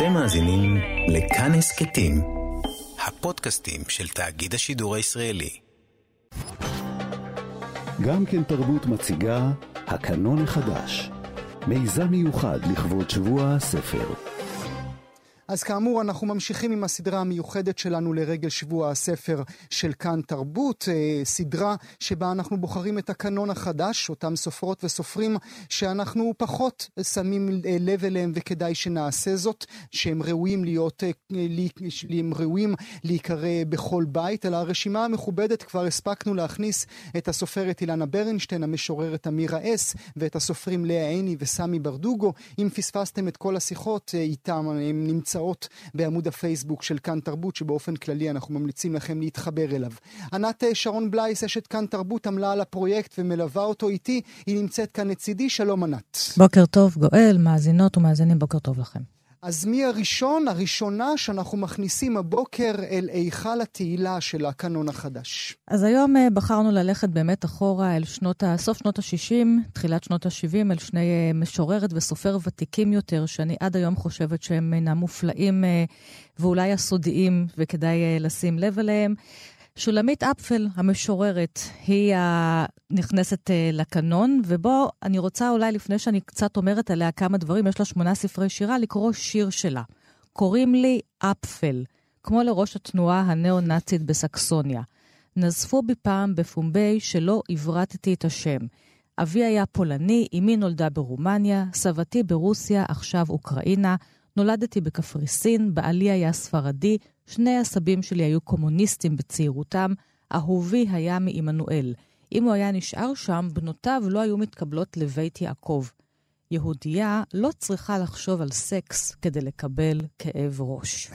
אתם מאזינים לכאן הסכתים, הפודקאסטים של תאגיד השידור הישראלי. גם כן תרבות מציגה הקנון החדש, מיזם מיוחד לכבוד שבוע הספר. אז כאמור אנחנו ממשיכים עם הסדרה המיוחדת שלנו לרגל שבוע הספר של כאן תרבות, סדרה שבה אנחנו בוחרים את הקנון החדש, אותם סופרות וסופרים שאנחנו פחות שמים לב אליהם וכדאי שנעשה זאת, שהם ראויים הם ראויים להיקרא בכל בית. על הרשימה המכובדת כבר הספקנו להכניס את הסופרת אילנה ברנשטיין, המשוררת אמירה אס, ואת הסופרים לאה עיני וסמי ברדוגו. אם פספסתם את כל השיחות איתם, הם נמצאות בעמוד הפייסבוק של כאן תרבות, שבאופן כללי אנחנו ממליצים לכם להתחבר אליו. ענת שרון בלייס, אשת כאן תרבות, עמלה על הפרויקט ומלווה אותו איתי. היא נמצאת כאן לצידי. שלום ענת. בוקר טוב גואל, מאזינות ומאזינים, בוקר טוב לכם. אז מי הראשונה שאנחנו מכניסים הבוקר אל היכל התהילה של הקנון החדש? אז היום בחרנו ללכת באמת אחורה אל סוף שנות ה-60, תחילת שנות ה-70, אל שני משוררת וסופר ותיקים יותר, שאני עד היום חושבת שהם אינם מופלאים ואולי הסודיים, וכדאי לשים לב אליהם. שולמית אפפל, המשוררת, היא נכנסת לקנון, ובו אני רוצה אולי לפני שאני קצת אומרת עליה כמה דברים, יש לה 8 ספרי שירה, לקרוא שיר שלה. קוראים לי אפפל, כמו לראש התנועה הנאו-נאצית בסקסוניה. נזפו בי פעם בפומבי שלא עברתתי את השם. אבי היה פולני, אמי נולדה ברומניה, סבתי ברוסיה, עכשיו אוקראינה, נולדתי בקפריסין, בעלי היה ספרדי, 2 הסבים שלי היו קומוניסטים בצעירותם, אהובי היה מעמנואל. אם הוא היה נשאר שם, בנותיו לא היו מתקבלות לבית יעקב. יהודייה לא צריכה לחשוב על סקס כדי לקבל כאב ראש.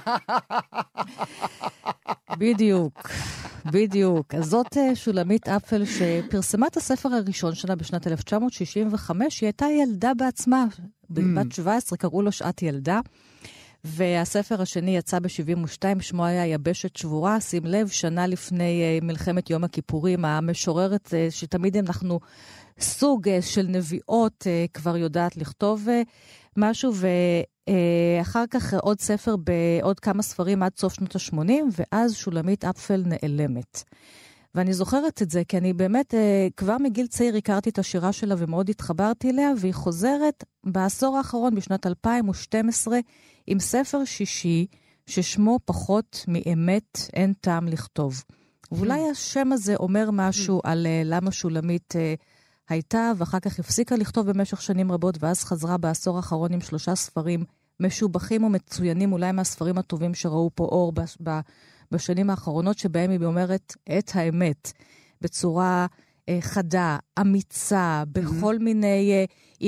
בדיוק. אז זאת שולמית אפפל שפרסמה את הספר הראשון שלה בשנת 1965, היא הייתה ילדה בעצמה, בת 17, קראו לו שעת ילדה. והספר השני יצא ב-72, שמו היה יבשת שבורה, שים לב, שנה לפני מלחמת יום הכיפורים, המשוררת שתמיד אנחנו סוג של נביאות כבר יודעת לכתוב משהו, ואחר כך עוד ספר בעוד כמה ספרים עד סוף שנות ה-80, ואז שולמית אפפל נעלמת. ואני זוכרת את זה, כי אני באמת כבר מגיל צעיר הכרתי את השירה שלה ומאוד התחברתי אליה, והיא חוזרת בעשור האחרון, בשנת 2012, עם ספר שישי, ששמו פחות מאמת אין טעם לכתוב. ואולי השם הזה אומר משהו על למה שולמית הייתה, ואחר כך הפסיקה לכתוב במשך שנים רבות, ואז חזרה בעשור האחרון עם 3 ספרים משובחים ומצוינים, אולי מהספרים הטובים שראו פה אור בשנים האחרונות, שבהם היא אומרת את האמת, בצורה חדה, אמיצה, בכל מיני,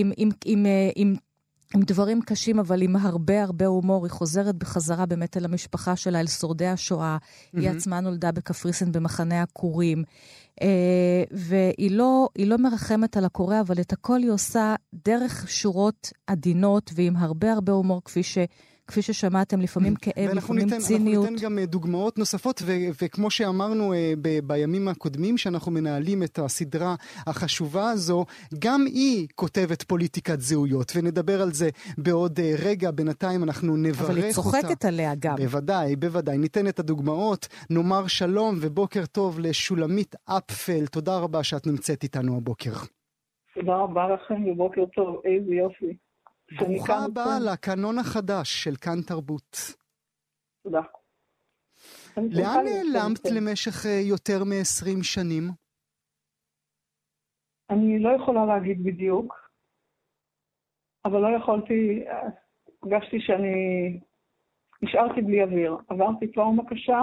עם דברים קשים, אבל עם הרבה הומור. היא חוזרת בחזרה באמת אל המשפחה שלה, אל שורדי השואה. היא עצמה נולדה בקפריסין במחנה הכורים. והיא לא מרחמת על הקורא, אבל את הכל היא עושה דרך שורות עדינות, ועם הרבה הומור, כפי ששמעתם, לפעמים כאב, לפעמים ציניות. אנחנו ניתן גם דוגמאות נוספות, וכמו שאמרנו בימים הקודמים, שאנחנו מנהלים את הסדרה החשובה הזו, גם היא כותבת פוליטיקת זהויות, ונדבר על זה בעוד רגע. בינתיים אנחנו נברך אותה. אבל היא צוחקת עליה גם. בוודאי. ניתן את הדוגמאות, נאמר שלום ובוקר טוב לשולמית אפפל. תודה רבה שאת נמצאת איתנו הבוקר. תודה רבה לכם ובוקר טוב, איזה יופי. ברוכה הבאה לקנון החדש של כאן תרבות. תודה. לאן נעלמת למשך יותר מ-20 שנים? אני לא יכולה להגיד בדיוק, אבל לא יכולתי, הרגשתי שאני נשארתי בלי אוויר. עברתי טראומה קשה,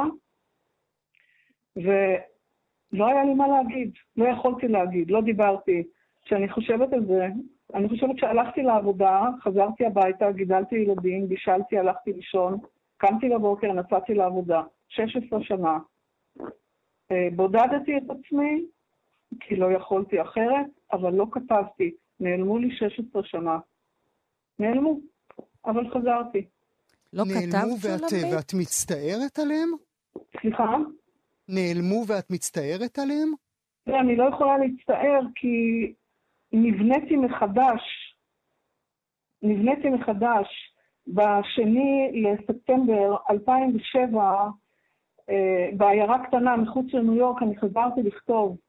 ולא היה לי מה להגיד, לא יכולתי להגיד, לא דיברתי. כשאני חושבת על זה, אני חושבת שהלכתי לעבודה, חזרתי הביתה, גידלתי ילדים, בישלתי, הלכתי לישון, קמתי לבוקר, נסעתי לעבודה. 16 שנה. בודדתי את עצמי, כי לא יכולתי אחרת, אבל לא כתבתי. נעלמו לי 16 שנה. נעלמו, אבל חזרתי. לא כתבת שולמית? ואת מצטערת עליהם? סליחה? נעלמו ואת מצטערת עליהם? אני לא יכולה להצטער כי נבניתי מחדש בשני לספטמבר 2007, בעיירה קטנה מחוץ לניו יורק, אני חזרתי לכתוב.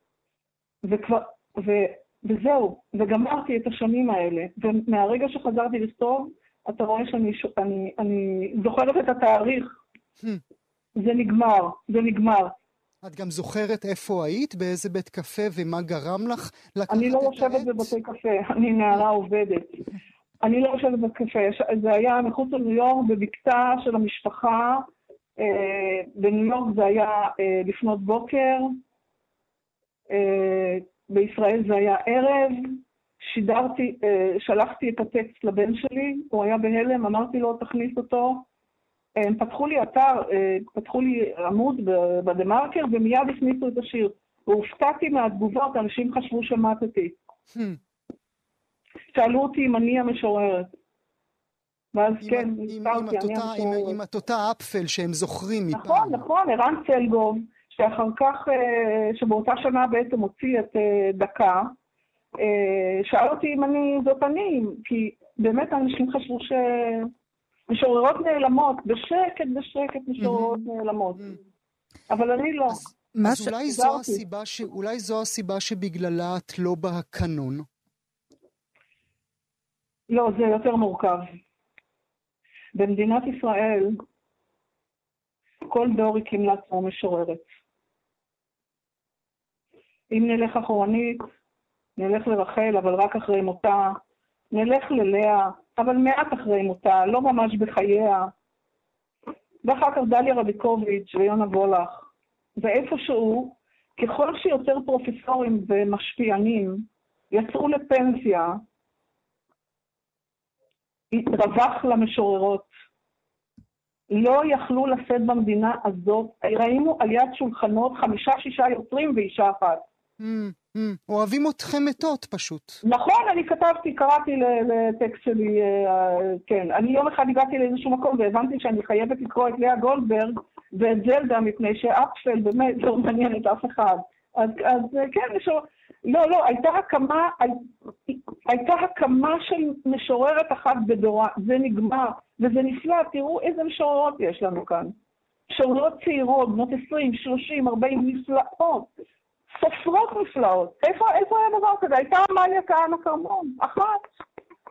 וזהו, וגמרתי את השנים האלה. ומהרגע שחזרתי לכתוב, אתה רואה שאני זוכרת את התאריך. זה נגמר. את גם זוכרת איפה היית? באיזה בית קפה ומה גרם לך לקחת את העט? אני לא יושבת בבתי קפה, אני נערה עובדת. אני לא יושבת בבית קפה, זה היה מחוץ לניו יורק, בבקתה של המשפחה. בניו יורק זה היה לפנות בוקר, בישראל זה היה ערב. שלחתי את הטקסט לבן שלי, הוא היה בהלם, אמרתי לו תכניס אותו. הם פתחו לי אתר, פתחו לי עמוד בדמרקר, ומיד הכניסו את השיר. והופתעתי מהתגובות, אנשים חשבו שמעתתי. שאלו אותי אם אני המשוררת. ואז כן, נזכרתי, אני המשוררת. עם אותה אפפל שהם זוכרים מפעם. נכון, ערן צלגוב, שאחר כך, שבאותה שנה בעצם הוציא את דקה, שאל אותי אם זאת אני, כי באמת אנשים חשבו משוררות נעלמות, בשקט משוררות נעלמות. אבל אני לא. אז אולי זו הסיבה שבגללה את לא בהקנון? לא, זה יותר מורכב. במדינת ישראל, כל דור הקים לעצמו משוררת. אם נלך אחורנית, נלך לרחל, אבל רק אחרי מותה, נלך ללאה, אבל מעט אחרי מותה, לא ממש בחייה. ואחר כך דליה רביקוביץ' ויונה וולך. ואיפשהו, ככל שיותר פרופסורים ומשפיענים יצאו לפנסיה, רווח למשוררות. לא יכלו לשאת במדינה הזאת. ראינו על יד שולחנות 5-6 יוצרים ואישה אחת. אוהבים אתכם מתות פשוט. נכון, אני קראתי לטקסט שלי, כן. אני יום אחד הגעתי לאיזשהו מקום והבנתי שאני חייבת לקרוא את לאה גולדברג ואת זלדה, מפני שאפפל באמת לא מעניין את אף אחד. אז כן, לא, הייתה הקמה של משוררת אחת בדורה, זה נגמר, וזה נפלא, תראו איזה משוררות יש לנו כאן. משוררות צעירות, בנות 20, 30, 40, נפלאות. סופרות נפלאות. איפה היה דבר כזה? הייתה עמליה כהנא כרמון, אחת.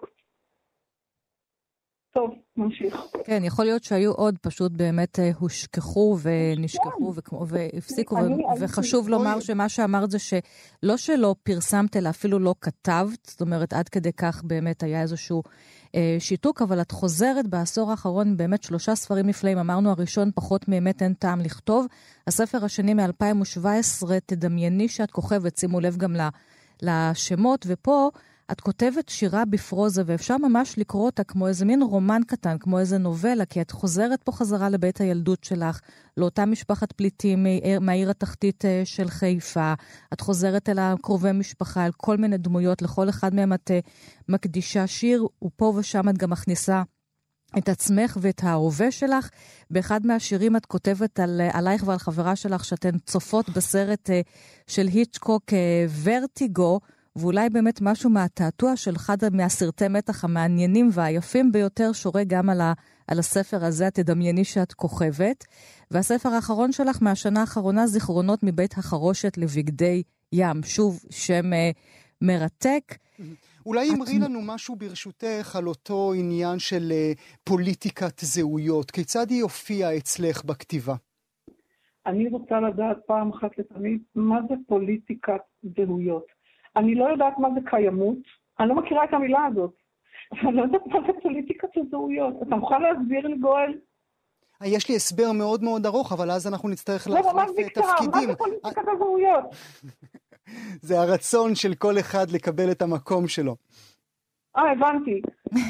טוב, נמשיך. כן, יכול להיות שהיו עוד, פשוט באמת הושכחו ונשכחו והפסיקו, וחשוב לומר שמה שאמרת זה שלא פרסמת, אלא אפילו לא כתבת, זאת אומרת, עד כדי כך באמת היה איזשהו שיתוק, אבל את חוזרת בעשור האחרון באמת 3 ספרים נפלאים, אמרנו הראשון פחות מאמת אין טעם לכתוב, הספר השני מ-2017, תדמייני שאת כוכבת, שימו לב גם לשמות, ופה את כותבת שירה בפרוזה, ואפשר ממש לקרוא אותה כמו איזה מין רומן קטן, כמו איזה נובלה, כי את חוזרת פה חזרה לבית הילדות שלך, לאותה משפחת פליטים מהעיר התחתית של חיפה, את חוזרת אל הקרובי משפחה, אל כל מיני דמויות, לכל אחד מהם את מקדישה שיר, ופה ושם את גם מכניסה את עצמך ואת ההווה שלך. באחד מהשירים את כותבת עלייך ועל חברה שלך, שאתן צופות בסרט של היצ'קוק ורטיגו, ואולי באמת משהו מהתעתוע של אחד מהסרטי מתח המעניינים והיפים ביותר שורה גם על הספר הזה, תדמייני שאת כוכבת. והספר האחרון שלך מהשנה האחרונה, זיכרונות מבית החרושת לבגדי ים. שוב, שם מרתק. אולי אמרי לנו משהו ברשותך על אותו עניין של פוליטיקת זהויות. כיצד היא הופיעה אצלך בכתיבה? אני רוצה לדעת פעם אחת לתמיד, מה זה פוליטיקת זהויות? אני לא יודעת מה זה קיימות, אני לא מכירה את המילה הזאת. אני לא יודעת מה זה פוליטיקת זהויות. אתה מוכן להסביר לי, גואל? יש לי הסבר מאוד מאוד ארוך, אבל אז אנחנו נצטרך להחליף תפקידים. מה זה פוליטיקת הזהויות? זה הרצון של כל אחד לקבל את המקום שלו. הבנתי.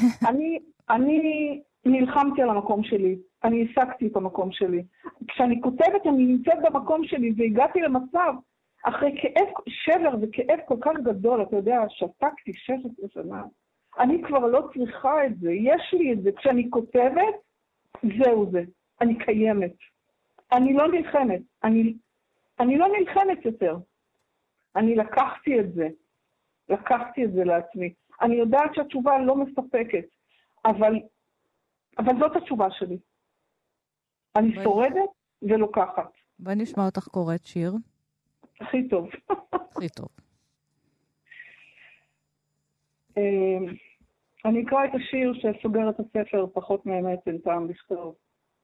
אני נלחמתי על המקום שלי. אני השגתי את המקום שלי. כשאני כותבת, אני נמצאת במקום שלי, והגעתי למצב, אחרי שבר וכאב כל כך גדול, אתה יודע, שתקתי 16 שנה. אני כבר לא צריכה את זה. יש לי את זה. כשאני כותבת, זהו זה. אני קיימת. אני לא נלחמת. אני לא נלחמת יותר. אני לקחתי את זה לעצמי. אני יודעת שהתשובה לא מספקת, אבל אבל זאת התשובה שלי. אני שורדת ולוקחת. ונשמע אותך קוראת שיר. הכי טוב. הכי טוב. אני אקרא את השיר שסוגר את הספר, פחות מאמת אין טעם לכתוב.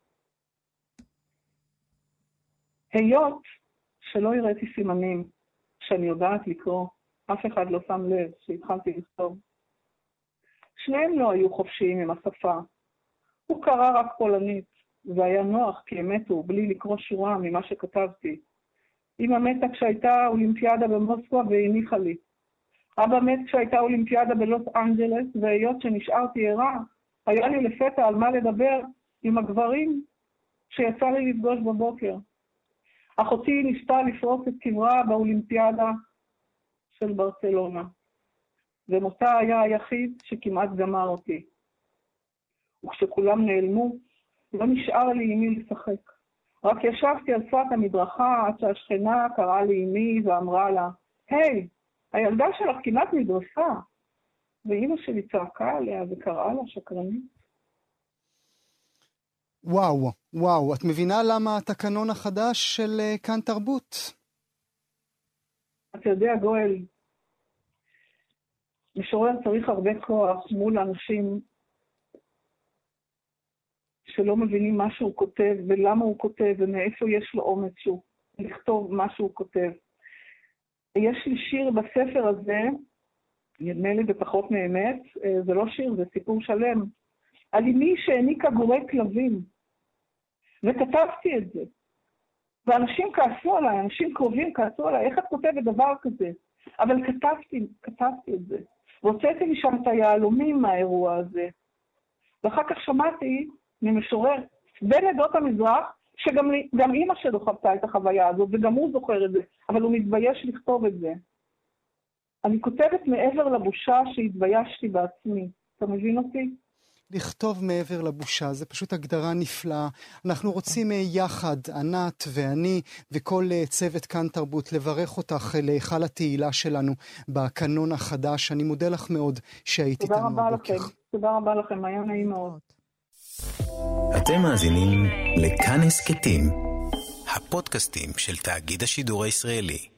היות שלא הראיתי סימנים שאני יודעת לקרוא, אף אחד לא שם לב שהתחלתי לכתוב. שניהם לא היו חופשיים עם השפה. הוא קרא רק פולנית, והיה נוח כי המתו בלי לקרוא שורה ממה שכתבתי. אמא מתה כשהייתה אולימפיאדה במוסקבה והניחה לי. אבא מת כשהייתה אולימפיאדה בלוס אנג'לס, והיות שנשארתי ערה, היה לי לפתע על מה לדבר עם הגברים שיצא לי לפגוש בבוקר. אחותי ניסתה לפרוץ את קברה באולימפיאדה של ברצלונה, ומותה היה היחיד שכמעט גמר אותי. וכשכולם נעלמו, לא נשאר לי עם מי לשחק. רק ישבתי על שפת המדרכה עד שהשכנה קראה לי אמי ואמרה לה, היי, הילדה שלך כמעט נדרסה. ואמא שלי צעקה עליה וקראה לה שקרנית. וואו, וואו, את מבינה למה התקנון החדש של כאן תרבות? אתה יודע, גואל, משורר צריך הרבה כוח מול אנשים שלא מבינים מה שהוא כותב ולמה הוא כותב ומאיפה יש לו אומץ שהוא לכתוב מה שהוא כותב. יש לי שיר בספר הזה, נדמה לי בפחות מאמת, זה לא שיר, זה סיפור שלם, על אמי שהעניקה גורי כלבים, וכתבתי את זה. ואנשים כעסו עליי, אנשים קרובים כעסו עליי, איך את כותבת דבר כזה? אבל כתבתי את זה. והוצאתי משם את היהלומים מהאירוע הזה. ואחר כך שמעתי ממשורר בן עדות המזרח, שגם אמא שלו חוותה את החוויה הזאת, וגם הוא זוכר את זה, אבל הוא מתבייש לכתוב את זה. אני כותבת מעבר לבושה שהתביישתי בעצמי. אתה מבין אותי? לכתוב מעבר לבושה, זה פשוט הגדרה נפלאה. אנחנו רוצים יחד, ענת ואני וכל צוות כאן תרבות, לברך אותך להיכל התהילה שלנו בקנון החדש. אני מודה לך מאוד שהיית איתנו הבוקר. תודה רבה לכם, תודה רבה לכם, היה נעים מאוד. אתם מאזינים לכאן הסכתים, הפודקאסטים של תאגיד השידור הישראלי.